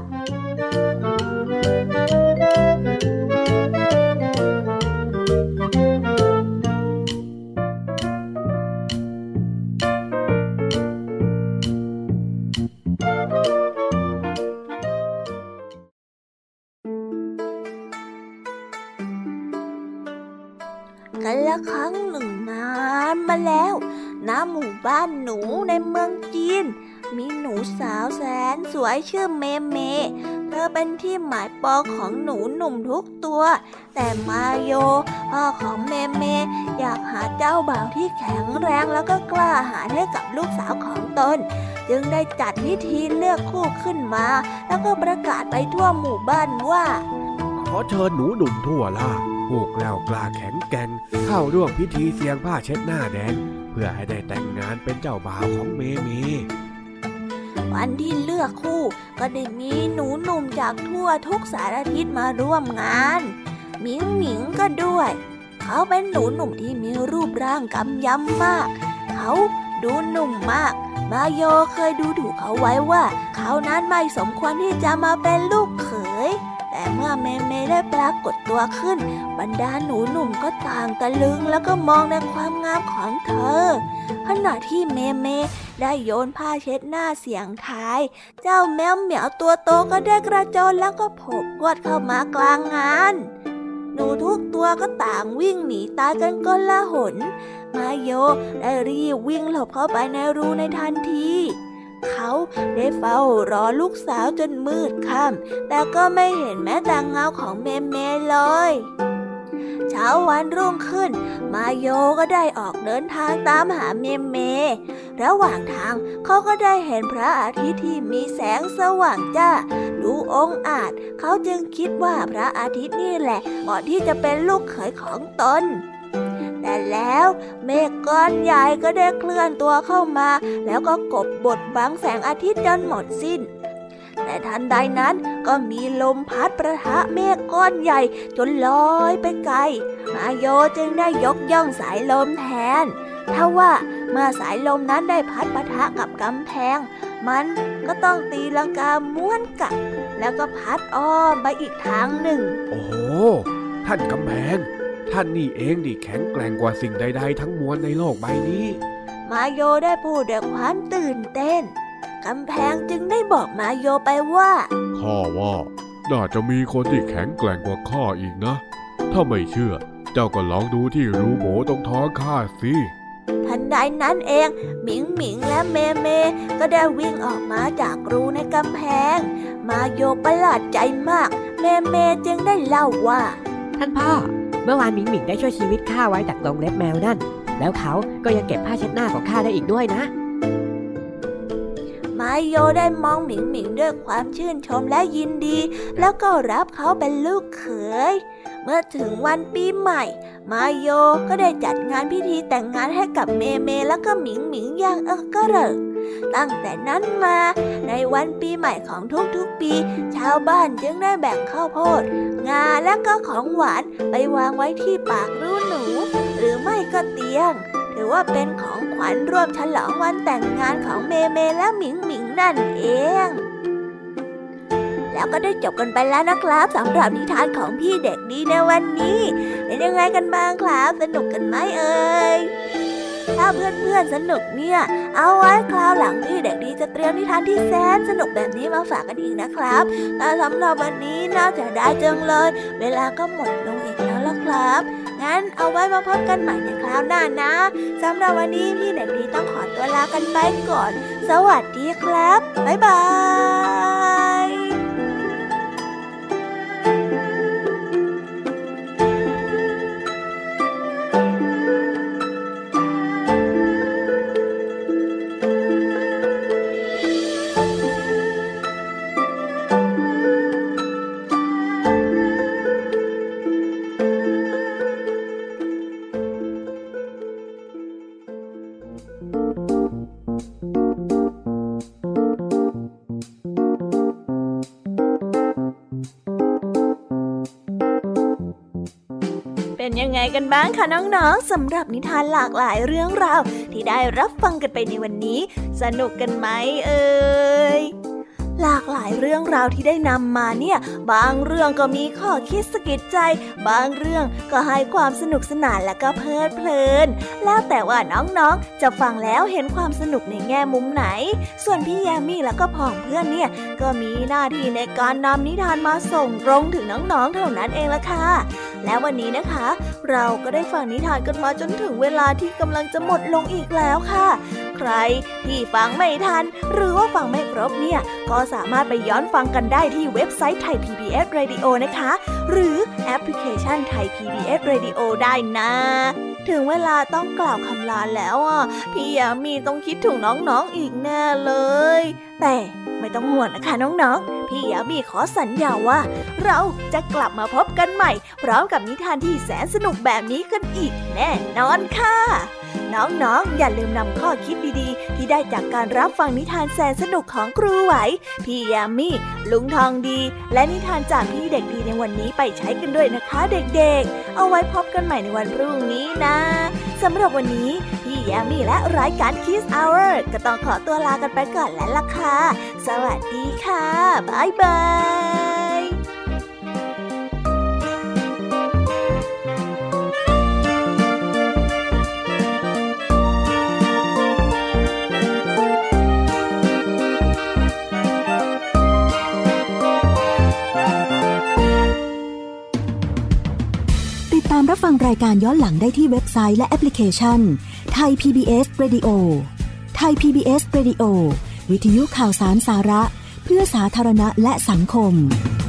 กันละครั้งหนึ่งนานมาแล้วณหมู่บ้านหนูในเมืองจีนมีหนูสาวแสนสวยชื่อเมเมเธอเป็นที่หมายปองของหนูหนุ่มทุกตัวแต่มาโยพ่อของเมเมอยากหาเจ้าบ่าวที่แข็งแรงแล้วก็กล้าหาญให้กับลูกสาวของตนจึงได้จัดพิธีเลือกคู่ขึ้นมาแล้วก็ประกาศไปทั่วหมู่บ้านว่าขอเชิญหนูหนุ่มทั่วล่าผู้แกล้วกล้าแข็งแกร่งเข้าร่วมพิธีเสียงผ้าเช็ดหน้าแดงเพื่อให้ได้แต่งงานเป็นเจ้าบ่าวของเมเมวันที่เลือกคู่ก็ได้มีหนูหนุ่มจากทั่วทุกสารทิศมาร่วมงานหมิงหมิงก็ด้วยเขาเป็นหนูหนุ่มที่มีรูปร่างกำยำมากเขาดูหนุ่มมากมาโยเคยดูถูกเขาไว้ว่าเขานั้นไม่สมควรที่จะมาเป็นลูกเขยแต่เมื่อเมเมได้ปรากฏตัวขึ้นบรรดาหนูหนุ่มก็ต่างตะลึงแล้วก็มองในความงามของเธอขณะที่เมเมได้โยนผ้าเช็ดหน้าเสียงทายเจ้าแมวเหมียวตัวโตก็ได้กระโจนแล้วก็โผล่พรวดเข้ามากลางงานหนูทุกตัวก็ต่างวิ่งหนีตายกันกลาหนมาโยได้รีบวิ่งหลบเข้าไปในรูในทันทีเขาได้เฝ้ารอลูกสาวจนมืดค่ำแต่ก็ไม่เห็นแม้แต่เงาของเมเมเลยเช้าวันรุ่งขึ้นมาโยก็ได้ออกเดินทางตามหาเมเมระหว่างทางเขาก็ได้เห็นพระอาทิตย์ที่มีแสงสว่างจ้าดูองอาจเขาจึงคิดว่าพระอาทิตย์นี่แหละเหมาะที่จะเป็นลูกเขยของตนแต่แล้วเมฆก้อนใหญ่ก็ได้เคลื่อนตัวเข้ามาแล้วก็กลบบดบังแสงอาทิตย์จนหมดสิ้นแต่ทันใดนั้นก็มีลมพัดประทะเมฆก้อนใหญ่จนลอยไปไกลมาโยจึงได้ยกย่องสายลมแทนทว่าเมื่อสายลมนั้นได้พัดปะทะกับกำแพงมันก็ต้องตีลังกาม้วนกลับแล้วก็พัดอ้อมไปอีกทางหนึ่งโอ้โหท่านกำแพงท่านนี่เองดิแข็งแกร่งกว่าสิ่งใดๆทั้งมวลในโลกใบนี้มาโยได้พูดด้วยความตื่นเต้นกำแพงจึงได้บอกมาโยไปว่าข้าว่าน่าจะมีคนที่แข็งแกร่งกว่าข้าอีกนะถ้าไม่เชื่อเจ้าก็ลองดูที่รูโบตรงท้องข้าสิทันใดนั้นเองหมิงหมิงและเมเมก็ได้วิ่งออกมาจากรูในกำแพงมาโยประหลาดใจมากเมเมจึงได้เล่าว่าท่านพ่อเมื่อวานหมิงหมิงได้ช่วยชีวิตข้าไว้จากกรงเล็บแมวนั่นแล้วเขาก็ยังเก็บผ้าเช็ดหน้าของข้าได้อีกด้วยนะมาโยได้มองหมิงหมิงด้วยความชื่นชมและยินดีแล้วก็รับเขาเป็นลูกเขยเมื่อถึงวันปีใหม่มาโยก็ได้จัดงานพิธีแต่งงานให้กับเมเมแล้วก็หมิงหมิงอย่างกระเริกตั้งแต่นั้นมาในวันปีใหม่ของทุกๆปีชาวบ้านจึงได้แบ่งข้าวโพดงาและก็ของหวานไปวางไว้ที่ปากรูหนูหรือไม่ก็เตียงถือว่าเป็นของขวัญร่วมฉลองวันแต่งงานของเมเมและหมิงหมิงนั่นเองแล้วก็ได้จบกันไปแล้วนะครับสำหรับนิทานของพี่เด็กดีในวันนี้เป็นยังไงกันบ้างครับสนุกกันไหมเอ่ยถ้าเพื่อนๆสนุกเนี่ยเอาไว้คราวหลังพี่เด็กดีจะเตรียมนิทานที่แสนสนุกแบบนี้มาฝากกันอีกนะครับแต่สำหรับวันนี้น่าจะได้จังเลยเวลาก็หมดลงอีกแล้วล่ะครับงั้นเอาไว้มาพบกันใหม่ในคราวหน้านะสำหรับวันนี้พี่เด็กดีต้องขอตัวลากันไปก่อนสวัสดีครับบ๊ายบายเป็นยังไงกันบ้างคะน้องๆสำหรับนิทานหลากหลายเรื่องราวที่ได้รับฟังกันไปในวันนี้สนุกกันไหมเอ่ยหลากหลายเรื่องราวที่ได้นำมาเนี่ยบางเรื่องก็มีข้อคิดสะกิดใจบางเรื่องก็ให้ความสนุกสนานและก็เพลิดเพลินแล้วแต่ว่าน้องๆจะฟังแล้วเห็นความสนุกในแง่มุมไหนส่วนพี่แยมมี่แล้วก็พ่องเพื่อนเนี่ยก็มีหน้าที่ในการนำนิทานมาส่งตรงถึงน้องๆเท่านั้นเองละค่ะและวันนี้นะคะเราก็ได้ฟังนิทานกันมาจนถึงเวลาที่กำลังจะหมดลงอีกแล้วค่ะใครที่ฟังไม่ทันหรือว่าฟังไม่ครบเนี่ยก็สามารถไปย้อนฟังกันได้ที่เว็บไซต์ Thai PBS Radio นะคะหรือแอปพลิเคชัน Thai PBS Radio ได้นะถึงเวลาต้องกล่าวคำลาแล้วอ่ะพี่ยามีต้องคิดถึงน้องๆอีกแน่เลยแต่ไม่ต้องห่วงนะคะน้องๆพี่ยามีขอสัญญาว่าเราจะกลับมาพบกันใหม่พร้อมกับนิทานที่แสนสนุกแบบนี้กันอีกแน่นอนค่ะน้องๆอย่าลืมนำข้อคิดดีๆที่ได้จากการรับฟังนิทานแสนสนุกของครูไหวพี่ยามีลุงทองดีและนิทานจากพี่เด็กดีในวันนี้ไปใช้กันด้วยนะคะเด็กๆเอาไว้พบกันใหม่ในวันพรุ่งนี้นะสำหรับวันนี้พี่ยามีและรายการ Kids Hour ก็ต้องขอตัวลากันไปก่อนแล้วล่ะค่ะสวัสดีค่ะบ๊ายบายตามรับฟังรายการย้อนหลังได้ที่เว็บไซต์และแอปพลิเคชัน Thai PBS Radio Thai PBS Radio วิทยุข่าวสารสาระเพื่อสาธารณะและสังคม